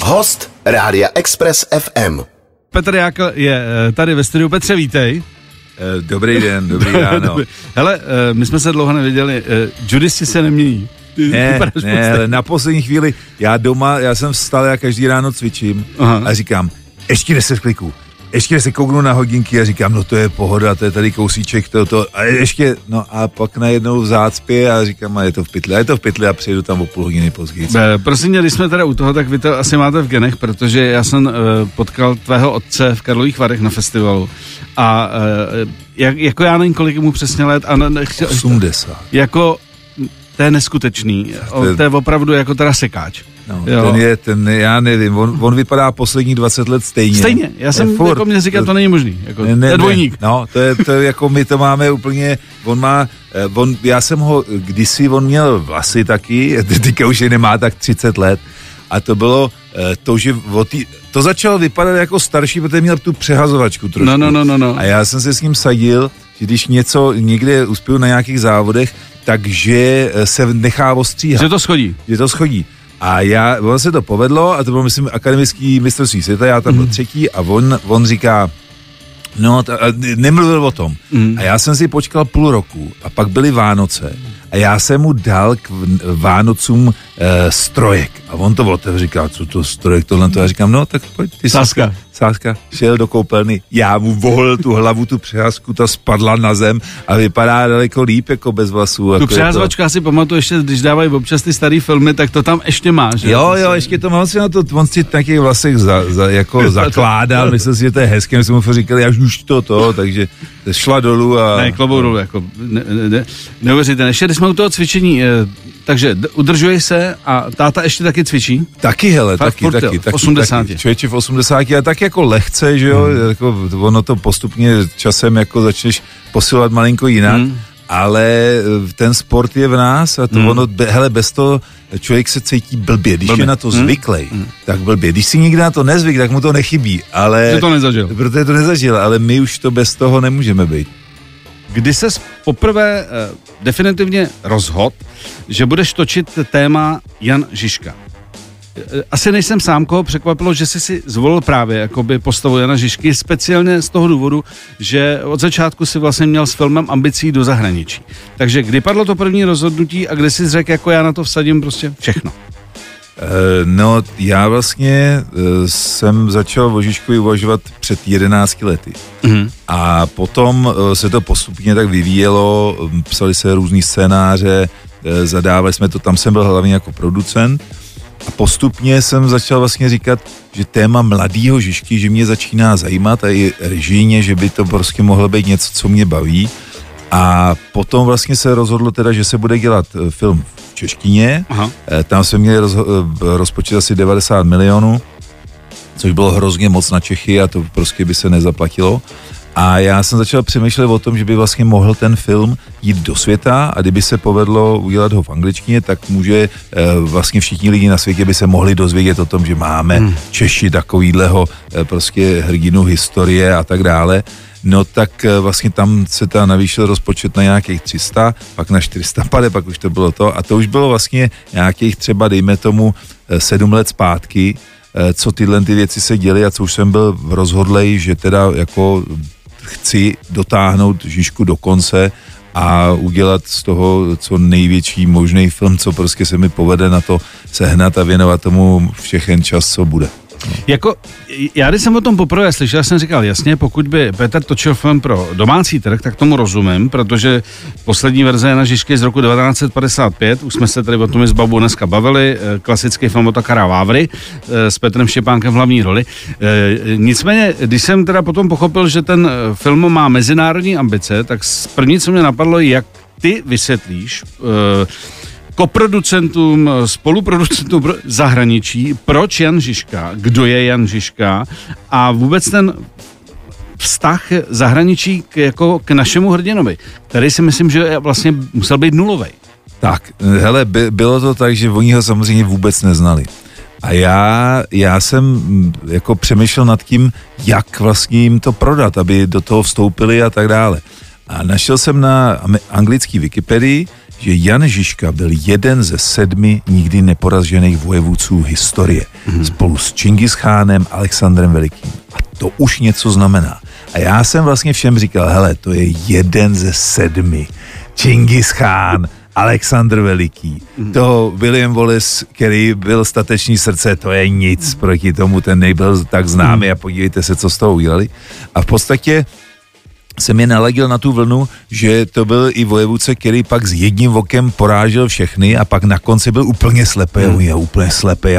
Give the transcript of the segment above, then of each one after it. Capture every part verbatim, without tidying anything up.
Host Rádia Express F M. Petr Jákl je tady ve studiu. Petře, vítej. Dobrý den, dobrý ráno. Hele, my jsme se dlouho neviděli. Judisti se nemění. Ne, ne, ale na poslední chvíli, já doma, já jsem vstal, já každý ráno cvičím. Aha. A říkám, ještě deset kliků. Ještě se kouknu na hodinky a říkám, no to je pohoda, to je tady kousíček, to, to, a ještě, no a pak najednou v zácpě a říkám, a je to v pytli, a je to v pytli a přijedu tam o půl hodiny později. E, prosím mě, když jsme teda u toho, tak vy to asi máte v genech, protože já jsem e, potkal tvého otce v Karlových Varech na festivalu a e, jak, jako já nevím, kolik mu přesně let a ne, chtěl, osmdesát. Jako, to je neskutečný, to je, to je opravdu jako teda sekáč. No, ten je, ten, já nevím, on, on vypadá poslední dvacet let stejně. Stejně, já jsem furt, jako mě říkal, to není možný, jako, ne, ne, to je dvojník. Ne, no, to je, to je jako my to máme úplně, on má, on, já jsem ho, kdysi on měl vlasy taky, teďka už je nemá tak třicet let a to bylo to, že tý, to začalo vypadat jako starší, protože měl tu přehazovačku trošku. No, no, no, no, no. A já jsem se s ním sadil, že když něco někde uspěl na nějakých závodech, takže se nechá ostříhat. Že to schodí. Že to schodí. A já, on se to povedlo a to bylo, myslím, akademický mistrovství světa, já tam byl mm. třetí a on, on říká, no, t- nemluvil o tom. Mm. A já jsem si počkal půl roku a pak byly Vánoce a já jsem mu dal k Vánocům e, strojek a on to otevřel, říká, co to strojek, tohle to, já říkám, no, tak pojď, ty Sáska. Sáska, šel do koupelny, já mu voholil tu hlavu, tu přehazku, ta spadla na zem a vypadá daleko líp, jako bez vlasů. Tu jako přehazovačku asi pamatuju ještě, když dávají občas ty starý filmy, tak to tam ještě má, že? Jo, jo, ještě to mám si na to, on si taky vlasech za, za, jako zakládal, myslel si, že to je hezké, my jsme mu říkali, až už to, to, takže šla dolů a... Ne, klobou dolů, jako, ne, ne, ne, neuvěříte, ještě když jsme u toho cvičení, takže udržuje se a táta ještě taky cvičí? Taky, hele, Fakt, taky, furt, taky, jo, taky, osmdesáti. taky, člověče v osmdesáti, a tak jako lehce, že jo, hmm. jako ono to postupně časem jako začneš posilovat malinko jinak, hmm. ale ten sport je v nás a to hmm. ono, hele, bez toho člověk se cítí blbě, když blbě. je na to zvyklej, hmm. tak blbě, když si nikdy na to nezvyk, tak mu to nechybí, ale... Že to nezažil. Protože to nezažil, ale my už to bez toho nemůžeme být. Kdy ses poprvé eh, definitivně rozhodl, že budeš točit téma Jan Žižka? Asi nejsem sám, koho překvapilo, že jsi si zvolil právě jakoby postavu Jana Žižky, speciálně z toho důvodu, že od začátku si vlastně měl s filmem ambicí do zahraničí. Takže kdy padlo to první rozhodnutí a kdy jsi řekl, jako já na to vsadím prostě všechno? No, já vlastně jsem začal o Žižkovi uvažovat před jedenácti lety. Mm. A potom se to postupně tak vyvíjelo, psali se různý scénáře, zadávali jsme to, tam jsem byl hlavně jako producent a postupně jsem začal vlastně říkat, že téma mladýho Žižky, že mě začíná zajímat a i režijně, že by to prostě mohlo být něco, co mě baví. A potom vlastně se rozhodlo teda, že se bude dělat film v češtině. Aha. Tam jsme měli roz, rozpočet asi devadesát milionů, což bylo hrozně moc na Čechy a to prostě by se nezaplatilo. A já jsem začal přemýšlet o tom, že by vlastně mohl ten film jít do světa a kdyby se povedlo udělat ho v angličtině, tak může vlastně všichni lidi na světě by se mohli dozvědět o tom, že máme hmm. Češi takovýhleho prostě hrdinu historie a tak dále. No tak vlastně tam se ta navýšil rozpočet na nějakých tři sta, pak na čtyři sta padesát, pak už to bylo to a to už bylo vlastně nějakých třeba, dejme tomu, sedm let zpátky, co tyhle ty věci se děly a co už jsem byl rozhodlej, že teda jako chci dotáhnout Žižku do konce a udělat z toho co největší možný film, co prostě se mi povede na to sehnat a věnovat tomu všechen čas, co bude. No. Jako, já když jsem o tom poprvé slyšel, jsem říkal, jasně, pokud by Petr točil film pro domácí trh, tak tomu rozumím, protože poslední verze Jana Žižky z roku devatenáct set padesát pět, už jsme se tady o tom i s Babou dneska bavili, klasický film Otakara Vávry s Petrem Štěpánkem v hlavní roli. Nicméně, když jsem teda potom pochopil, že ten film má mezinárodní ambice, tak první, co mě napadlo, jak ty vysvětlíš koproducentům, spoluproducentům zahraničí, proč Jan Žižka, kdo je Jan Žižka a vůbec ten vztah zahraničí k, jako k našemu hrdinovi, který si myslím, že vlastně musel být nulovej. Tak, hele, by, bylo to tak, že oni ho samozřejmě vůbec neznali. A já, já jsem jako přemýšlel nad tím, jak vlastně jim to prodat, aby do toho vstoupili a tak dále. A našel jsem na anglický Wikipedii, že Jan Žižka byl jeden ze sedmi nikdy neporažených vojevůdců historie. Hmm. Spolu s Čingischánem, Alexandrem Velikým. A to už něco znamená. A já jsem vlastně všem říkal, hele, to je jeden ze sedmi. Čingischán, Alexandr Veliký, mm. to William Wallace, který byl statečný srdce, to je nic proti tomu, ten nebyl tak známý mm. a podívejte se, co z toho udělali. A v podstatě jsem je naladil na tu vlnu, že to byl i vojevůdce, který pak s jedním okem porážel všechny a pak na konci byl úplně slepý, mm. je úplně slepý a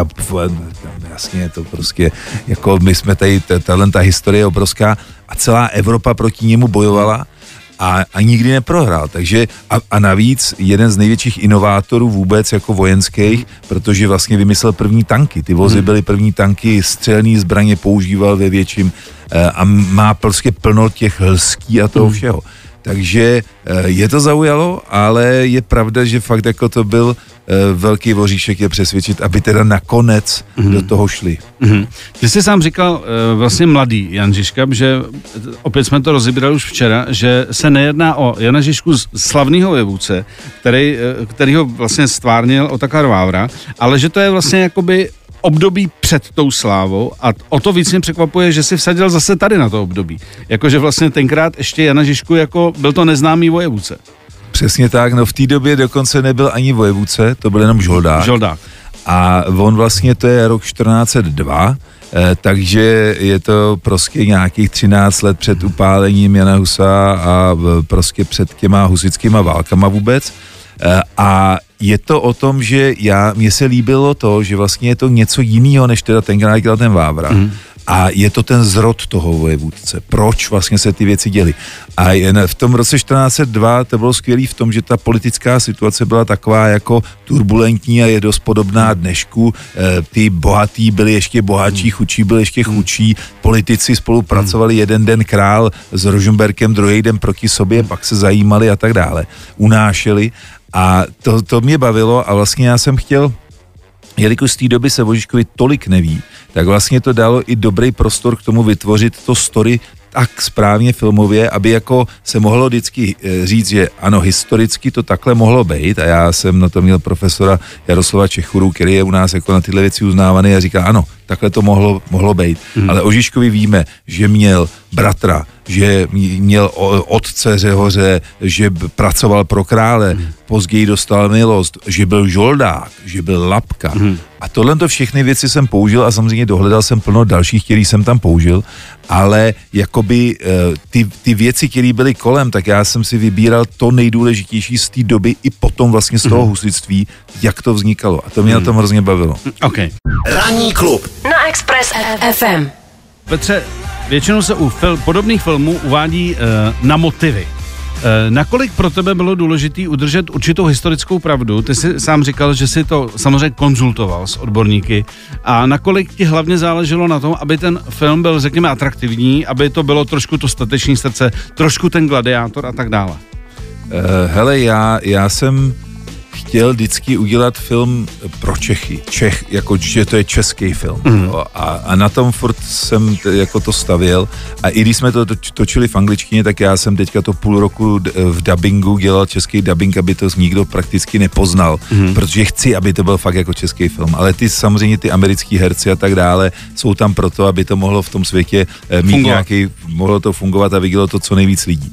jasně, to prostě, jako my jsme tady, tato ta historie je obrovská a celá Evropa proti němu bojovala a, a nikdy neprohrál, takže a, a navíc jeden z největších inovátorů vůbec jako vojenských, protože vlastně vymyslel první tanky, ty vozy byly první tanky, střelný zbraně používal ve větším a má prostě plno těch lský a toho všeho. Takže je to zaujalo, ale je pravda, že fakt jako to byl velký voříšek je přesvědčit, aby teda nakonec mm-hmm. do toho šli. Mm-hmm. Ty jsi sám říkal vlastně mladý Jan Žižka, že opět jsme to rozebírali už včera, že se nejedná o Jana Žižku slavného vojevůdce, který, který ho vlastně stvárnil Otakar Vávra, ale že to je vlastně jakoby období před tou slávou a o to víc mě překvapuje, že si vsadil zase tady na to období. Jakože vlastně tenkrát ještě Jana Žižku jako byl to neznámý vojevůdce. Přesně tak, no v té době dokonce nebyl ani vojevůdce, to byl jenom žoldák. Žoldák. A on vlastně, to je rok čtrnáct set dva, eh, takže je to prostě nějakých třináct let před upálením Jana Husa a prostě před těma husickýma válkama vůbec. Eh, a je to o tom, že já, mně se líbilo to, že vlastně je to něco jiného, než teda tenkrát dělal ten Vávra. Mm. A je to ten zrod toho vojevůdce. Proč vlastně se ty věci děly? A jen v tom roce čtrnáct set dva to bylo skvělý v tom, že ta politická situace byla taková jako turbulentní a je dost podobná dnešku. E, ty bohatí byli ještě bohatší, chudší byli ještě chudší. Politici spolupracovali jeden den král s Rožmberkem, druhý den proti sobě, pak se zajímali a tak dále. Unášeli. A to, to mě bavilo a vlastně já jsem chtěl, jelikož z té doby se o Žižkovi tolik neví, tak vlastně to dalo i dobrý prostor k tomu vytvořit to story tak správně filmově, aby jako se mohlo vždycky říct, že ano, historicky to takhle mohlo být a já jsem na to měl profesora Jaroslava Čechuru, který je u nás jako na tyhle věci uznávaný a říká, ano, takhle to mohlo, mohlo být. Hmm. Ale o Žižkovi víme, že měl bratra, že měl otce Řehoře, že pracoval pro krále, hmm. později dostal milost, že byl žoldák, že byl lapka. Hmm. A tohle to všechny věci jsem použil a samozřejmě dohledal jsem plno dalších, který jsem tam použil, ale jakoby ty, ty věci, které byly kolem, tak já jsem si vybíral to nejdůležitější z té doby i potom vlastně z toho hmm. husitství, jak to vznikalo. A to mě hmm. na tom hrozně bavilo. Okay. Ranní klub na Express ef em. Petře, většinou se u fil- podobných filmů uvádí uh, na motivy. Uh, nakolik pro tebe bylo důležité udržet určitou historickou pravdu? Ty jsi sám říkal, že jsi to samozřejmě konzultoval s odborníky. A nakolik ti hlavně záleželo na tom, aby ten film byl, řekněme, atraktivní, aby to bylo trošku to statečné srdce, trošku ten gladiátor a tak dále? Uh, hele, já, já jsem chtěl vždycky udělat film pro Čechy. Čech, jako, že to je český film. Mm. A, a na tom furt jsem t, jako to stavěl. A i když jsme to točili v angličtině, tak já jsem teďka to půl roku v dabingu dělal český dabing, aby to nikdo prakticky nepoznal. Mm. Protože chci, aby to byl fakt jako český film. Ale ty samozřejmě ty americký herci a tak dále jsou tam proto, aby to mohlo v tom světě mít fungovat. nějaký, mohlo to fungovat a vidělo to co nejvíc lidí.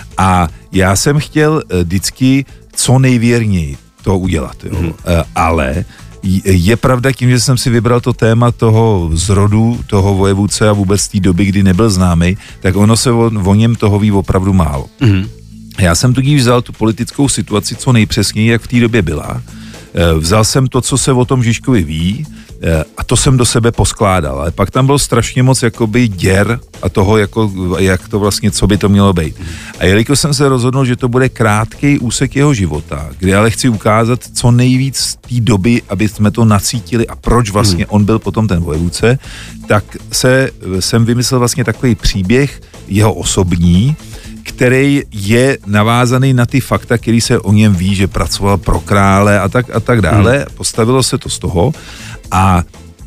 A já jsem chtěl vždycky co nejvěrněji to udělat, jo. Hmm. Ale je pravda tím, že jsem si vybral to téma toho zrodu, toho vojevůdce a vůbec té doby, kdy nebyl známý, tak ono se o, o něm toho ví opravdu málo. Hmm. Já jsem tudíž vzal tu politickou situaci co nejpřesněji, jak v té době byla. Vzal jsem to, co se o tom Žižkovi ví, a to jsem do sebe poskládal. Ale pak tam bylo strašně moc jakoby děr a toho, jako, jak to vlastně, co by to mělo být. A jelikož jsem se rozhodnul, že to bude krátký úsek jeho života, kdy ale chci ukázat co nejvíc z té doby, aby jsme to nacítili a proč vlastně on byl potom ten vojevůdce, tak se, jsem vymyslel vlastně takový příběh jeho osobní, který je navázaný na ty fakta, který se o něm ví, že pracoval pro krále a tak a tak dále. Hmm. Postavilo se to z toho a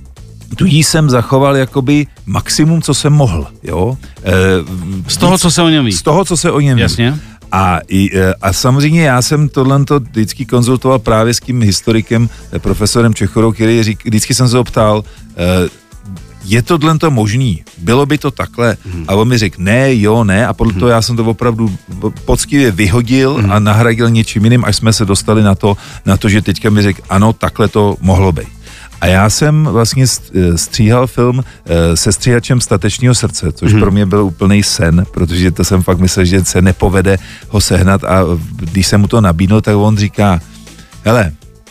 tudíž jsem zachoval jakoby maximum, co jsem mohl, jo. Z toho, co se o něm ví. Z toho, co se o něm Jasně. ví. A, a samozřejmě já jsem tohle vždycky konzultoval právě s tím historikem, profesorem Čechorou, který řík, vždycky jsem se ho ptal, je tohle to možný? Bylo by to takhle? Hmm. A on mi řekl, ne, jo, ne, a podle hmm. toho já jsem to opravdu poctivě vyhodil hmm. a nahradil něčím jiným, až jsme se dostali na to, na to, že teďka mi řekl, ano, takhle to mohlo být. A já jsem vlastně stříhal film se stříhačem Statečného srdce, což hmm. pro mě byl úplný sen, protože to jsem fakt myslel, že se nepovede ho sehnat, a když jsem mu to nabídnul, tak on říká, hele,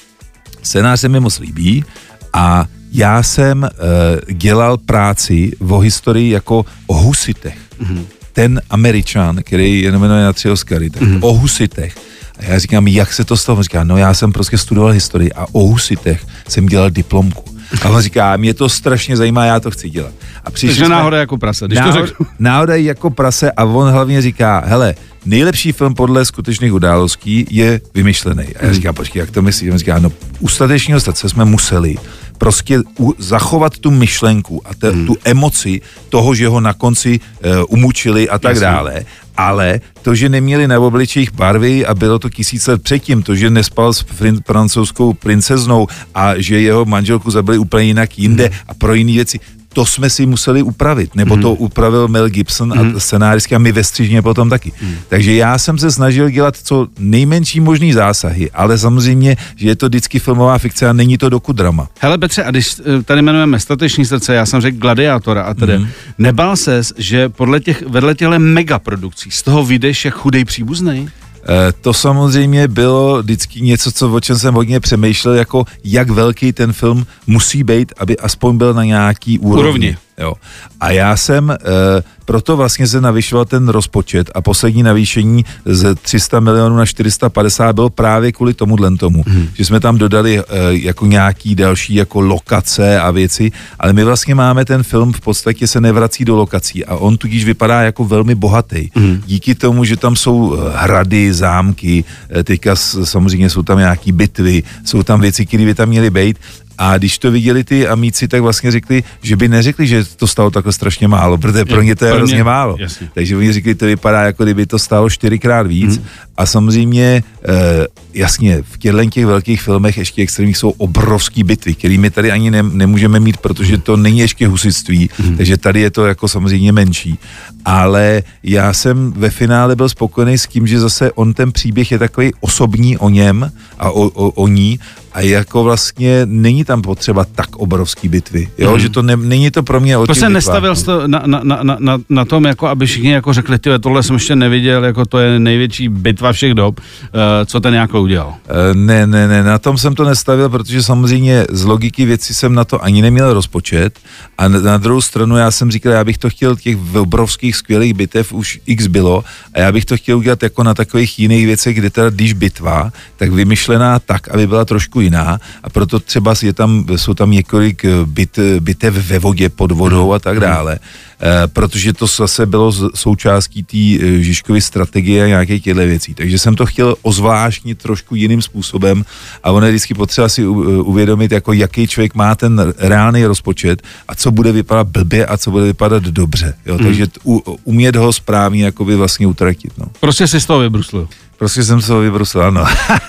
scénář se mi moc líbí a já jsem uh, dělal práci o historii jako o husitech. Mm-hmm. Ten Američan, který je nominovaný na tři Oscary, tak mm-hmm. o husitech. A já říkám, jak se to stalo? On říká, no já jsem prostě studoval historii a o husitech jsem dělal diplomku. A on říká, mě to strašně zajímá, já to chci dělat. A Takže jsme... náhoda jako prase, když náhoda, to řeknu. Náhoda jako prase a on hlavně říká, hele, nejlepší film podle skutečných událostí je vymyšlený. A já říkám, počkej, jak to myslíš? On říká, no u Statečného srdce jsme museli prostě u, zachovat tu myšlenku a te, hmm. tu emoci toho, že ho na konci uh, umučili a tak Jasně. dále, ale to, že neměli na obličejích barvy a bylo to tisíc let předtím, to, že nespal s frin, francouzskou princeznou a že jeho manželku zabili úplně jinak jinde hmm. a pro jiné věci, to jsme si museli upravit, nebo mm. to upravil Mel Gibson a mm. scenáristky a my ve střížně potom taky. Mm. Takže já jsem se snažil dělat co nejmenší možný zásahy, ale samozřejmě, že je to vždycky filmová fikce a není to dokudrama. Hele Petře, a když tady jmenujeme Statečný srdce, já jsem řekl Gladiátora a tedy, mm. nebál ses, že podle těch, vedle těchto megaprodukcí z toho vyjdeš jak chudej příbuznej? To samozřejmě bylo vždycky něco, co, o čem jsem hodně přemýšlel, jako jak velký ten film musí být, aby aspoň byl na nějaký úrovni. úrovni. Jo. A já jsem, e, proto vlastně se navyšoval ten rozpočet a poslední navýšení z tři sta milionů na čtyři sta padesát bylo právě kvůli tomuhle tomu, hmm. že jsme tam dodali e, jako nějaký další jako lokace a věci, ale my vlastně máme ten film v podstatě se nevrací do lokací a on tudíž vypadá jako velmi bohatý. Hmm. Díky tomu, že tam jsou hrady, zámky, teďka samozřejmě jsou tam nějaký bitvy, jsou tam věci, které by tam měly být. A když to viděli ty amíci, tak vlastně řekli, že by neřekli, že to stalo takhle strašně málo, protože pro ně to je pro hrozně mě, málo. Jasně. Takže oni řekli, to vypadá, jako kdyby to stálo čtyřikrát víc. Hmm. A samozřejmě, eh, jasně, v těchto těch velkých filmech ještě extrémních jsou obrovský bitvy, který my tady ani ne, nemůžeme mít, protože to není ještě husitství, hmm. takže tady je to jako samozřejmě menší. Ale já jsem ve finále byl spokojený s tím, že zase on ten příběh je takový osobní o něm a o, o, o ní, a jako vlastně není tam potřeba tak obrovský bitvy, jo, mm. že to ne, není to pro mě o To se nestavil to na, na, na, na, na tom, jako aby všichni jako řekli, tyhle, tohle jsem ještě neviděl, jako to je největší bitva všech dob, uh, co ten jako udělal. Uh, ne, ne, ne, na tom jsem to nestavil, protože samozřejmě z logiky věci jsem na to ani neměl rozpočet a na, na druhou stranu já jsem říkal, já bych to chtěl, těch obrovských skvělých bitev už x bylo a já bych to chtěl udělat jako na takových jiných věcech, kde teda když bitva, tak vymyšlená tak, aby byla trošku jiná a proto třeba je tam, jsou tam několik bit, bitev ve vodě, pod vodou a tak dále, e, protože to zase bylo součástí té Žižkovy strategie a nějakých těchto věcí. Takže jsem to chtěl ozvláštnit trošku jiným způsobem a ono je vždycky potřeba si uvědomit, jako jaký člověk má ten reálný rozpočet a co bude vypadat blbě a co bude vypadat dobře. Jo? Hmm. Takže u, umět ho správně jakoby vlastně utratit. No. Prostě si z toho vybruslil. Prostě jsem z toho vybruslil, ano.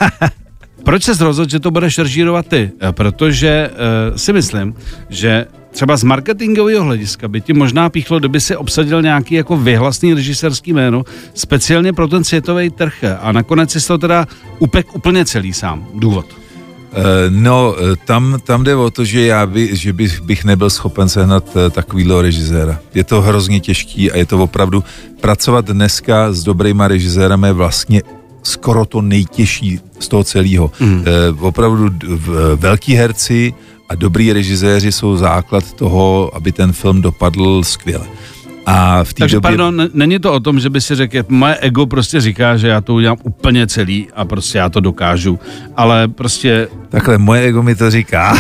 Proč se rozhodl, že to budeš režírovat ty? Protože uh, si myslím, že třeba z marketingového hlediska by ti možná píchlo, kdyby si obsadil nějaký jako vyhlasný režisérský jméno, speciálně pro ten světový trh. A nakonec si to teda upek úplně celý sám. Důvod. No, tam, tam jde o to, že já by, že bych, bych nebyl schopen sehnat takovýhle režiséra. Je to hrozně těžký a je to opravdu pracovat dneska s dobrýma režisérami vlastně skoro to nejtěžší z toho celého. Mm. E, opravdu v, velký herci a dobrý režiséři jsou základ toho, aby ten film dopadl skvěle. A v té Takže době... pardon, není to o tom, že by si řekl, moje ego prostě říká, že já to udělám úplně celý a prostě já to dokážu, ale prostě... Takhle, moje ego mi to říká.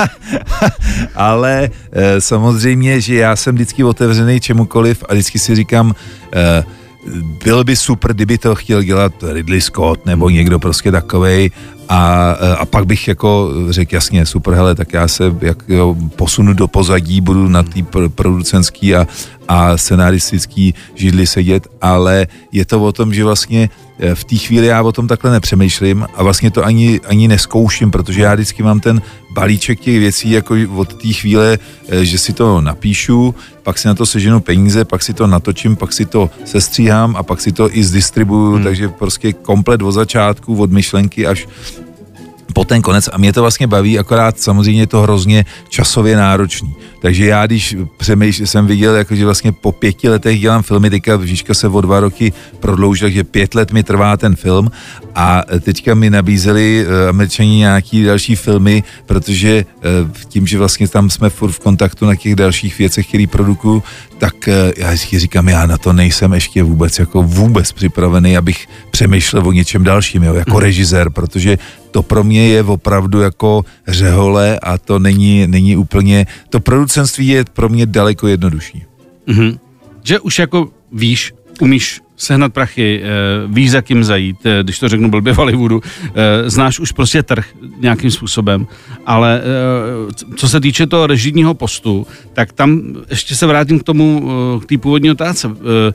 Ale e, samozřejmě, že já jsem vždycky otevřený čemukoliv a vždycky si říkám... E, bylo by super, kdyby to chtěl dělat Ridley Scott nebo někdo prostě takovej a, a pak bych jako řekl jasně, super, hele, tak já se jak, jo, posunu do pozadí, budu na té producentský a, a scenaristický židli sedět, ale je to o tom, že vlastně v té chvíli já o tom takhle nepřemýšlím a vlastně to ani, ani neskouším, protože já vždycky mám ten balíček těch věcí jako od té chvíle, že si to napíšu, pak si na to seženu peníze, pak si to natočím, pak si to sestříhám a pak si to i zdistribuju, hmm. takže prostě komplet od začátku, od myšlenky až po ten konec a mě to vlastně baví, akorát samozřejmě je to hrozně časově náročný. Takže já, když přemýšlím, jsem viděl, jako, že vlastně po pěti letech dělám filmy, teďka Žižka se o dva roky prodloužil, takže pět let mi trvá ten film a teďka mi nabízeli uh, Američani nějaký další filmy, protože uh, tím, že vlastně tam jsme furt v kontaktu na těch dalších věcech, který produkuju, tak uh, já vždycky říkám, já na to nejsem ještě vůbec, jako vůbec připravený, abych přemýšlel o něčem dalším, jo, jako mm. režisér, protože to pro mě je opravdu jako řehole a to není, není úplně, to producentství je pro mě daleko jednodušší. Mm-hmm. Že už jako víš, umíš sehnat prachy, víš, za kým zajít, když to řeknu blbě v Hollywoodu, znáš už prostě trh nějakým způsobem, ale co se týče toho režijního postu, tak tam ještě se vrátím k tomu, k té původní otázce.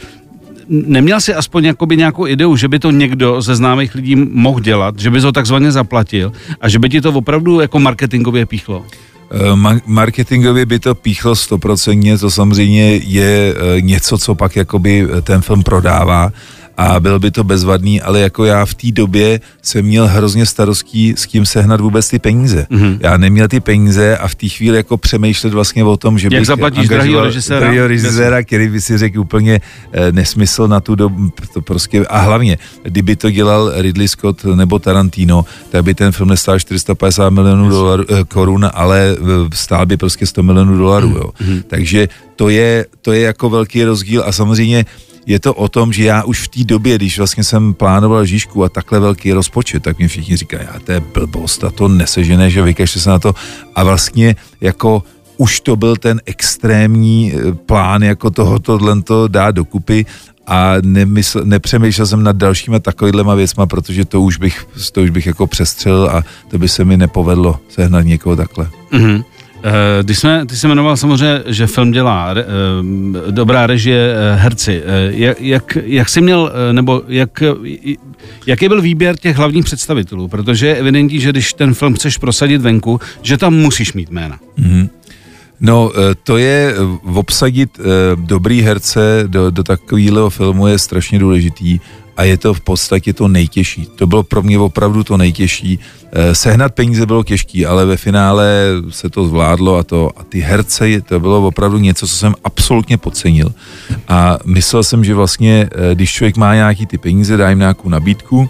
Neměl jsi aspoň jakoby nějakou ideu, že by to někdo ze známých lidí mohl dělat, že by to takzvaně zaplatil a že by ti to opravdu jako marketingově píchlo? Marketingově by to píchlo stoprocentně, to samozřejmě je něco, co pak jakoby ten film prodává a byl by to bezvadný, ale jako já v té době jsem měl hrozně starostí s kým sehnat vůbec ty peníze. Mm-hmm. Já neměl ty peníze a v té chvíli jako přemýšlet vlastně o tom, že jak bych zaplatíš drahýho režiséra, drahýho režiséra, který by si řekl úplně eh, nesmysl na tu dobu, to prostě, a hlavně, kdyby to dělal Ridley Scott nebo Tarantino, tak by ten film nestál čtyři sta padesát milionů dolarů, eh, korun, ale stál by prostě sto milionů dolarů, jo. Mm-hmm. Takže to je, to je jako velký rozdíl a samozřejmě je to o tom, že já už v té době, když vlastně jsem plánoval Žižku a takhle velký rozpočet, tak mi všichni říkají, já to je blbost a to nesežené, že vykažte se na to a vlastně jako už to byl ten extrémní plán jako tohoto to dát dokupy a nemysl, nepřemýšlel jsem nad dalšíma takovýhlema věcma, protože to už bych, to už bych jako přestřelil a to by se mi nepovedlo sehnat někoho takhle. Mm-hmm. Když jsme, ty jsi jmenoval samozřejmě, že film dělá re, dobrá režie, herci. Jak, jak, jak jsi měl, nebo jak, jaký byl výběr těch hlavních představitelů? Protože je evidentní, že když ten film chceš prosadit venku, že tam musíš mít jména. Mm-hmm. No, to je, obsadit dobrý herce do, do takového filmu je strašně důležitý a je to v podstatě to nejtěžší. To bylo pro mě opravdu to nejtěžší. Sehnat peníze bylo těžký, ale ve finále se to zvládlo a to a ty herce, to bylo opravdu něco, co jsem absolutně podcenil. A myslel jsem, že vlastně, když člověk má nějaký ty peníze, dá jim nějakou nabídku,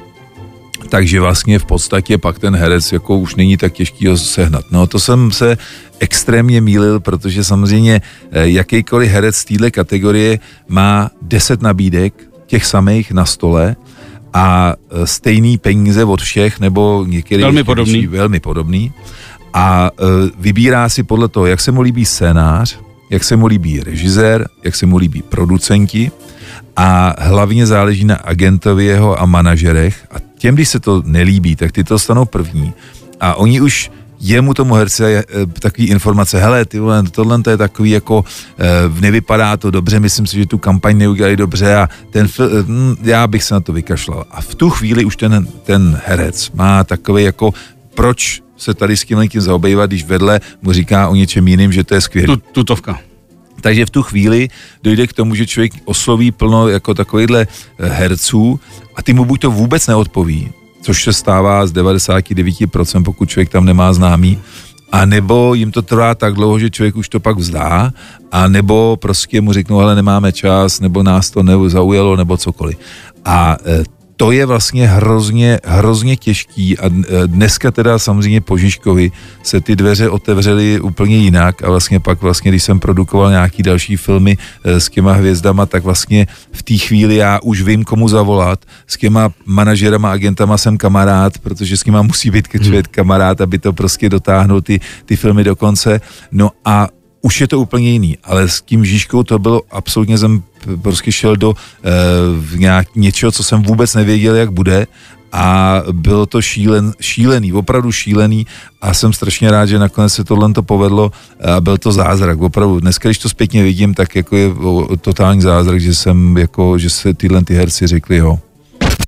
takže vlastně v podstatě pak ten herec jako už není tak těžký ho sehnat. No to jsem se extrémně mýlil, protože samozřejmě jakýkoliv herec z téhle kategorie má deset nabídek, těch samých na stole a stejný peníze od všech, nebo některý velmi podobný. Větší, velmi podobný a vybírá si podle toho, jak se mu líbí scénář, jak se mu líbí režisér, jak se mu líbí producenti a hlavně záleží na agentovi jeho a manažerech a těm, když se to nelíbí, tak ty to stanou první a oni už jemu tomu herce je takový informace, hele, ty vole, tohle to je takový jako, e, nevypadá to dobře, myslím si, že tu kampaň neudělali dobře a ten film, já bych se na to vykašlal. A v tu chvíli už ten, ten herec má takový jako, proč se tady s tímhle tím zaobejvat, když vedle mu říká o něčem jiným, že to je skvělý. Tutovka. Takže v tu chvíli dojde k tomu, že člověk osloví plno jako takovýchhle herců a ty mu buď to vůbec neodpoví, což se stává z devadesát devět procent, pokud člověk tam nemá známý, a nebo jim to trvá tak dlouho, že člověk už to pak vzdá, a nebo prostě mu řeknou, hele, nemáme čas, nebo nás to nezaujalo, nebo cokoliv. A to je vlastně hrozně, hrozně těžký a dneska teda samozřejmě po Žižkovi se ty dveře otevřely úplně jinak a vlastně pak vlastně, když jsem produkoval nějaký další filmy s těma hvězdama, tak vlastně v té chvíli já už vím, komu zavolat, s těma manažerama, agentama jsem kamarád, protože s nima musí být člověk kamarád, aby to prostě dotáhnul ty, ty filmy do konce. No a už je to úplně jiný, ale s tím Žižkou to bylo absolutně, jsem prostě šel do e, nějak něčeho, co jsem vůbec nevěděl, jak bude, a bylo to šílen, šílený, opravdu šílený, a jsem strašně rád, že nakonec se tohle to povedlo a byl to zázrak, opravdu. Dneska, když to zpětně vidím, tak jako je totální zázrak, že jsem jako, že se tyhle ty herci řekli, jo.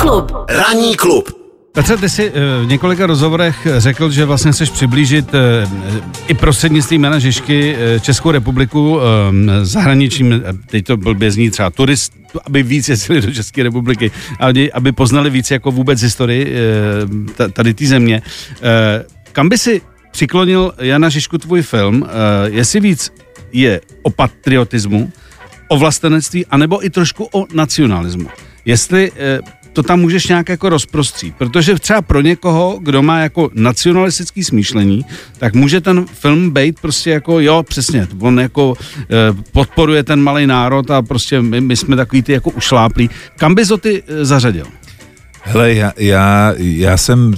klub. Ranní klub. Petře, ty jsi v několika rozhovorech řekl, že vlastně chceš přiblížit i prostřednictvím Jana Žižky Českou republiku zahraničím, teď to blbě zní třeba turist, aby víc jezdili do České republiky, aby poznali víc jako vůbec historii tady té země. Kam by si přiklonil Jana Žižku tvůj film, jestli víc je o patriotismu, o vlastenectví, anebo i trošku o nacionalismu? Jestli to tam můžeš nějak jako rozprostřít, protože třeba pro někoho, kdo má jako nacionalistický smýšlení, tak může ten film být prostě jako, jo, přesně, on jako eh, podporuje ten malý národ a prostě my, my jsme takový ty jako ušláplí. Kam bys ho ty eh, zařadil? Hele, já, já, já jsem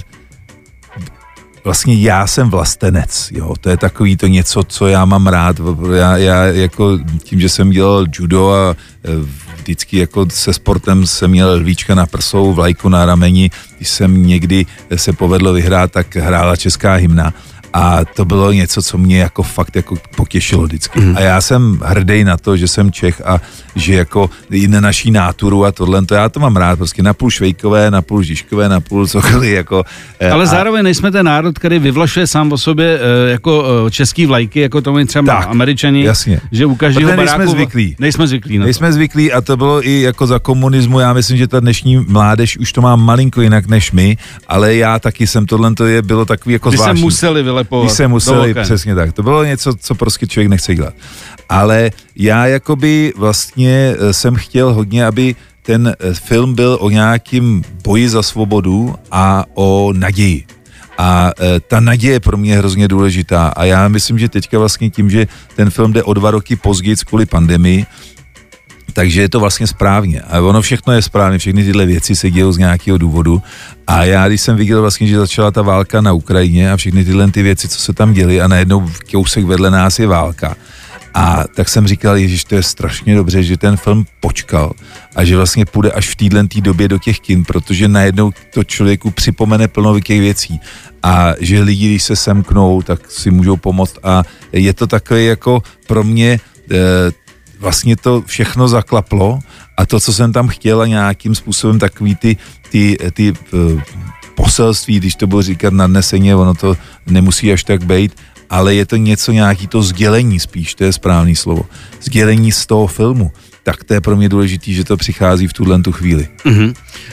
vlastně já jsem vlastenec, jo, to je takový to něco, co já mám rád, já, já jako tím, že jsem dělal judo a vždycky jako se sportem jsem měl lvíčka na prsou, vlajku na rameni, když jsem někdy se povedlo vyhrát, tak hrála česká hymna. A to bylo něco, co mě jako fakt jako potěšilo vždycky. Mm. A já jsem hrdý na to, že jsem Čech a že jako i na naší náturu a tohle, to já to mám rád, prostě napůl švejkové, napůl žižkové, napůl cokoliv jako. Ale a... zároveň nejsme ten národ, který vyvlašuje sám o sobě jako český vlajky, jako to mají třeba tak, Američani, jasně. Že u každého baráku... Nejsme zvyklí. Nejsme zvyklí na Nejsme to. zvyklí a to bylo i jako za komunismu, já myslím, že ta dnešní mládež už to má malinko jinak než my, ale já taky jsem, tohle to je, bylo takový jako Vy zvláštní. se museli vylepovat. Vy se museli, přesně tak. To bylo něco, co prostě člověk nechce dělat. Ale já jakoby vlastně jsem chtěl hodně, aby ten film byl o nějakým boji za svobodu a o naději. A e, ta naděje je pro mě hrozně důležitá. A já myslím, že teďka vlastně tím, že ten film jde o dva roky později kvůli pandemii, takže je to vlastně správně. A ono všechno je správně, všechny tyhle věci se dějou z nějakého důvodu. A já, když jsem viděl vlastně, že začala ta válka na Ukrajině a všechny tyhle ty věci, co se tam děly a najednou kousek vedle nás je válka. A tak jsem říkal, ježiš, to je strašně dobře, že ten film počkal a že vlastně půjde až v téhle době do těch kin, protože najednou to člověku připomene plno těch věcí. A že lidi, když se semknou, tak si můžou pomoct. A je to takový jako pro mě... E, vlastně to všechno zaklaplo a to, co jsem tam chtěl a nějakým způsobem takový ty, ty, ty uh, poselství, když to bylo říkat nadneseně, ono to nemusí až tak být, ale je to něco, nějaký to sdělení spíš, to je správný slovo, sdělení z toho filmu, tak to je pro mě důležitý, že to přichází v tuhle tu chvíli. Uh-huh. Uh,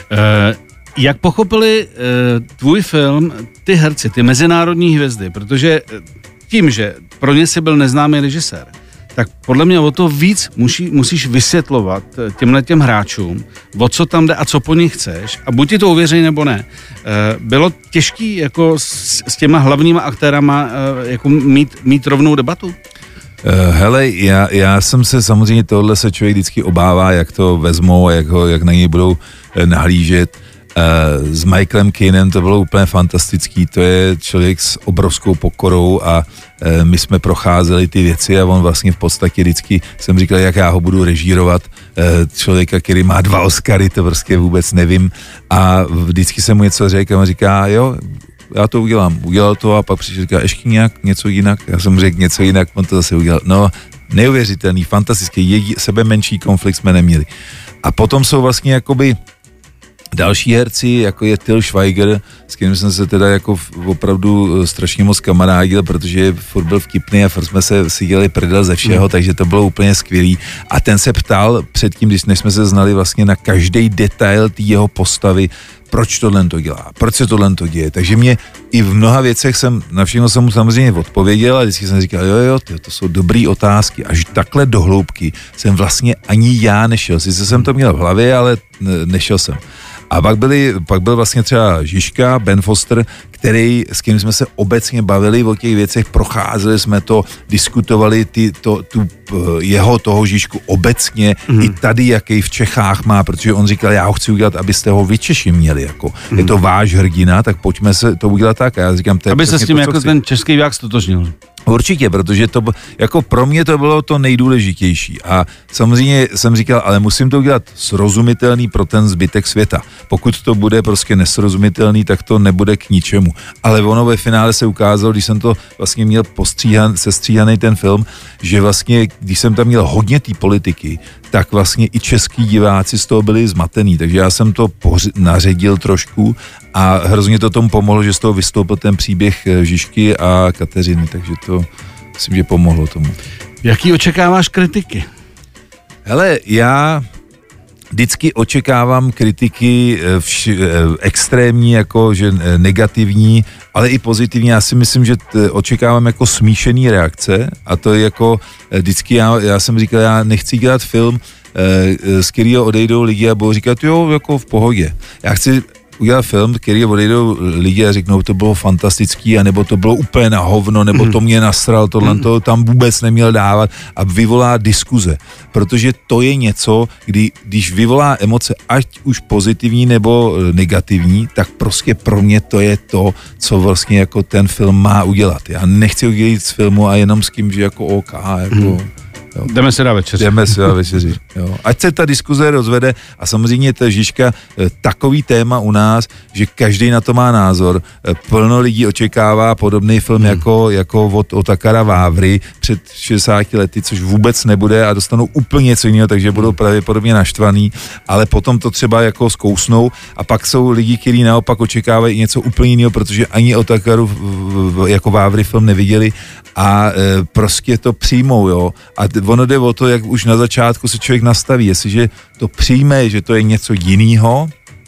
jak pochopili uh, tvůj film ty herci, ty mezinárodní hvězdy, protože tím, že pro ně jsi byl neznámý režisér, tak podle mě o to víc musí, musíš vysvětlovat těmhletěm hráčům, o co tam jde a co po nich chceš a buď ti to uvěří nebo ne. Bylo těžký jako s, s těma hlavníma aktérama jako mít, mít rovnou debatu? Hele, já, já jsem se samozřejmě, tohle se člověk vždycky obává, jak to vezmou a jak, ho, jak na něj budou nahlížet. Uh, s Michaelem Cainem to bylo úplně fantastický, to je člověk s obrovskou pokorou a uh, my jsme procházeli ty věci a on vlastně v podstatě vždycky jsem říkal, jak já ho budu režírovat, uh, člověka, který má dva Oscary, to prostě vůbec nevím a vždycky jsem mu něco řekl a on říká, jo, já to udělám, udělal to a pak přišel, říká, ještě nějak, něco jinak, já jsem řekl něco jinak, on to zase udělal, no neuvěřitelný, fantastický, jedí, sebe menší konflikt jsme neměli. A potom jsou vlastně jakoby další herci, jako je Til Schweiger, s kterým jsem se teda jako opravdu strašně moc kamarádil, protože furt byl vtipný a furt jsme se si dělali prdel ze všeho, mm. takže to bylo úplně skvělý. A ten se ptal předtím, když než jsme se znali vlastně na každý detail té jeho postavy, proč tohle to dělá, proč se tohle to děje. Takže mě i v mnoha věcech jsem, na všechno jsem mu samozřejmě odpověděl a vždycky jsem říkal, jo, jo, to, to jsou dobrý otázky. Až takhle do hloubky jsem vlastně ani já nešel. Sice jsem to měl v hlavě, ale nešel jsem. A pak, byli, pak byl vlastně třeba Žižka, Ben Foster, který, s kým jsme se obecně bavili o těch věcech, procházeli jsme to, diskutovali ty, to, tu, jeho toho Žižku obecně, mm. i tady, jaký v Čechách má, protože on říkal, já ho chci udělat, abyste ho vy Češi měli, jako. Mm. Je to váš hrdina, tak pojďme se to udělat tak. A já říkám, to je aby se s tím to, jako chci. ten český vák stotožnil. Určitě, protože to, jako pro mě to bylo to nejdůležitější a samozřejmě jsem říkal, ale musím to udělat srozumitelný pro ten zbytek světa. Pokud to bude prostě nesrozumitelný, tak to nebude k ničemu. Ale ono ve finále se ukázalo, když jsem to vlastně měl postříhan, sestříhaný ten film, že vlastně, když jsem tam měl hodně té politiky, tak vlastně i český diváci z toho byli zmatený, takže já jsem to poři- naředil trošku a hrozně to tomu pomohlo, že z toho vystoupil ten příběh Žižky a Kateřiny, takže to myslím, že pomohlo tomu. Jaký očekáváš kritiky? Hele, já vždycky očekávám kritiky vš- extrémní, jako že negativní, ale i pozitivní. Já si myslím, že t- očekávám jako smíšený reakce a to je jako vždycky, já, já jsem říkal, já nechci dělat film, z kterého odejdou lidi a budou říkat, jo, jako v pohodě. Já chci udělat film, který odejdou lidi a řeknou, to bylo fantastický, anebo to bylo úplně na hovno, nebo to mě nasral, tohle to tam vůbec neměl dávat a vyvolá diskuze. Protože to je něco, kdy, když vyvolá emoce, ať už pozitivní nebo negativní, tak prostě pro mě to je to, co vlastně jako ten film má udělat. Já nechci udělat z filmu a jenom s tím, že jako OK, jako... Hmm. Jo. Jdeme si dát večeři. Jdeme si dát večeři. Jo. Ať se ta diskuze rozvede a samozřejmě ta Žižka takový téma u nás, že každý na to má názor. Plno lidí očekává podobný film hmm. jako, jako od Otakara Vávry před šedesáti lety, což vůbec nebude a dostanou úplně něco jiného, takže budou pravděpodobně naštvaný, ale potom to třeba jako zkousnou a pak jsou lidi, kteří naopak očekávají něco úplně jiného, protože ani Otakaru jako Vávry film neviděli a e, prostě to přijmou, jo. A ono jde o to, jak už na začátku se člověk nastaví. Jestliže to přijme, že to je něco jiného,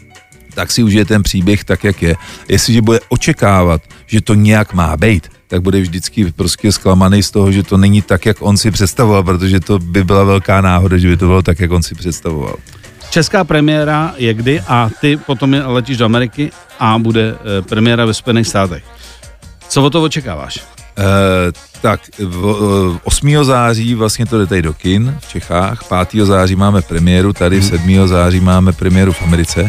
tak si užije ten příběh tak, jak je. Jestliže bude očekávat, že to nějak má být, tak bude vždycky prostě zklamaný z toho, že to není tak, jak on si představoval, protože to by byla velká náhoda, že by to bylo tak, jak on si představoval. Česká premiéra je kdy a ty potom letíš do Ameriky a bude e, premiéra ve Spojených státech. Co o to očekáváš? Uh, tak v, osmého září vlastně to jde tady do kin v Čechách, pátého září máme premiéru, tady sedmého září máme premiéru v Americe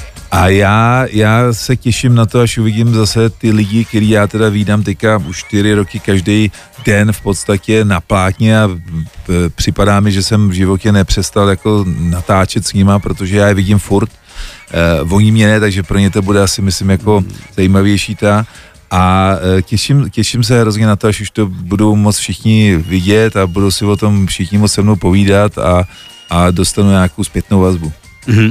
a já, já se těším na to, až uvidím zase ty lidi, který já teda vídám teďka už čtyři roky každý den v podstatě na plátně a připadá mi, že jsem v životě nepřestal jako natáčet s nima, protože já je vidím furt, uh, oni mě ne, takže pro ně to bude asi myslím jako zajímavější ta. A těším, těším se hrozně na to, až už to budou moc všichni vidět a budou si o tom všichni moc se mnou povídat a, a dostanu nějakou zpětnou vazbu. Mm-hmm.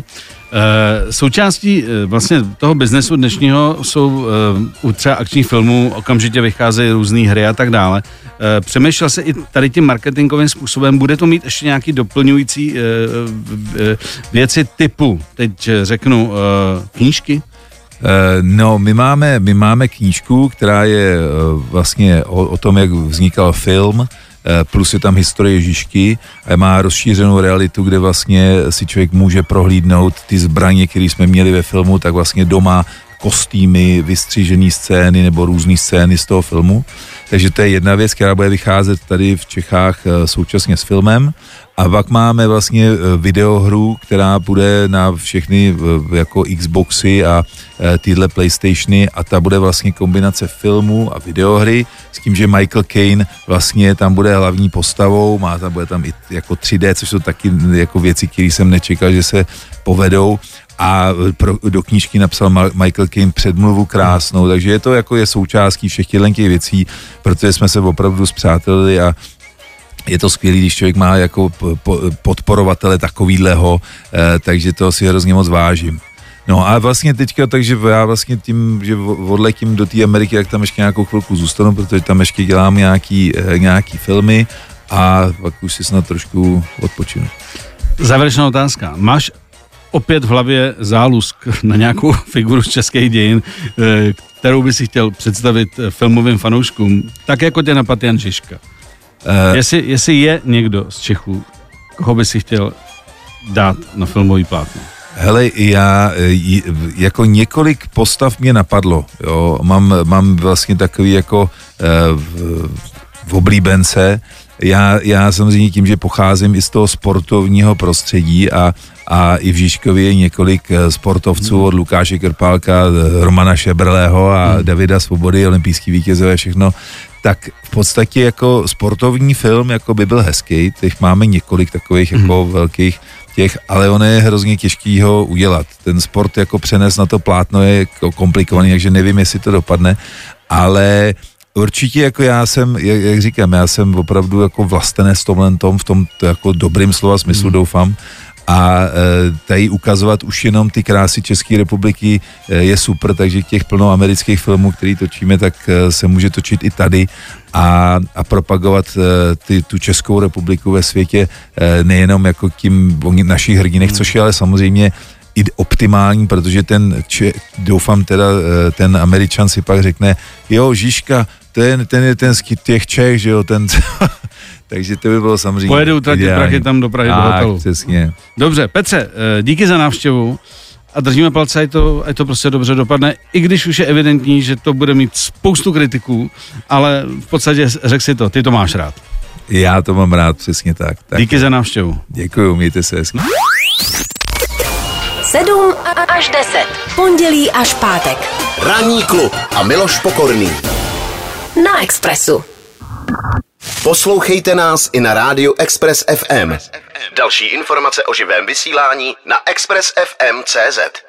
E, součástí e, vlastně toho biznesu dnešního jsou e, u třeba akčních filmů, okamžitě vycházejí různé hry a tak dále. E, přemýšlel se i tady tím marketingovým způsobem, bude to mít ještě nějaký doplňující e, e, věci typu, teď řeknu, e, knížky? No, my máme, my máme knížku, která je vlastně o, o tom, jak vznikal film, plus je tam historie Žižky a má rozšířenou realitu, kde vlastně si člověk může prohlídnout ty zbraně, které jsme měli ve filmu, tak vlastně doma kostýmy, vystřížené scény nebo různé scény z toho filmu. Takže to je jedna věc, která bude vycházet tady v Čechách současně s filmem. A pak máme vlastně videohru, která bude na všechny jako Xboxy a tyhle PlayStationy a ta bude vlastně kombinace filmu a videohry s tím, že Michael Caine vlastně tam bude hlavní postavou, má tam, bude tam i jako tři dé, což jsou taky jako věci, které jsem nečekal, že se povedou. A pro, do knížky napsal Michael Caine předmluvu krásnou, takže je to jako je součástí všech těch věcí, protože jsme se opravdu spřátelili a je to skvělý, když člověk má jako podporovatele takovýhleho, eh, takže to si hrozně moc vážím. No a vlastně teďka, takže já vlastně tím, že odletím do té Ameriky, jak tam ještě nějakou chvilku zůstanu, protože tam ještě dělám nějaký, eh, nějaký filmy a pak už si snad trošku odpočinu. Závěrečná otázka. Máš opět v hlavě zálusk na nějakou figuru z českých dějin, eh, kterou by si chtěl představit filmovým fanouškům, tak jako tě napadl Jan Žižka? Uh, jestli, jestli je někdo z Čechů, koho by si chtěl dát na filmový plátno? Hele, já jako několik postav mě napadlo, jo, mám, mám vlastně takový jako uh, v, v oblíbence. já, já samozřejmě tím, že pocházím i z toho sportovního prostředí a, a i v Žižkově je několik sportovců od Lukáše Krpálka, Romana Šebrlého a hmm. Davida Svobody, olympijský vítězové, všechno, tak v podstatě jako sportovní film jako by byl hezký, teď máme několik takových hmm. jako velkých těch, ale ono je hrozně těžký ho udělat. Ten sport jako přenes na to plátno je komplikovaný, takže nevím, jestli to dopadne, ale určitě jako já jsem, jak, jak říkám, já jsem opravdu jako vlastenec v tomhle tom, v tom jako dobrým slova smyslu, hmm. doufám. A e, tady ukazovat už jenom ty krásy České republiky e, je super, takže těch plno amerických filmů, který točíme, tak e, se může točit i tady a, a propagovat e, ty, tu Českou republiku ve světě e, nejenom jako tím našich hrdinek, hmm. což je ale samozřejmě i optimální, protože ten, če, doufám teda, ten Američan si pak řekne, jo, Žižka, ten, ten je ten z těch Čech, že jo, ten... Takže to by bylo samozřejmě pojede utratit prachy tam do Prahy, tak, do hotelu. Přesně. Dobře, Petře, díky za návštěvu a držíme palce, ať to, ať to prostě dobře dopadne, i když už je evidentní, že to bude mít spoustu kritiků, ale v podstatě řek si to, ty to máš rád. Já to mám rád, přesně tak. tak díky za návštěvu. Děkuju, mějte se hezky. sedm až deset. Pondělí až pátek. Ranní klub a Miloš Pokorný. Na Expressu. Poslouchejte nás i na rádiu Express F M. Další informace o živém vysílání na express f m tečka cé zet.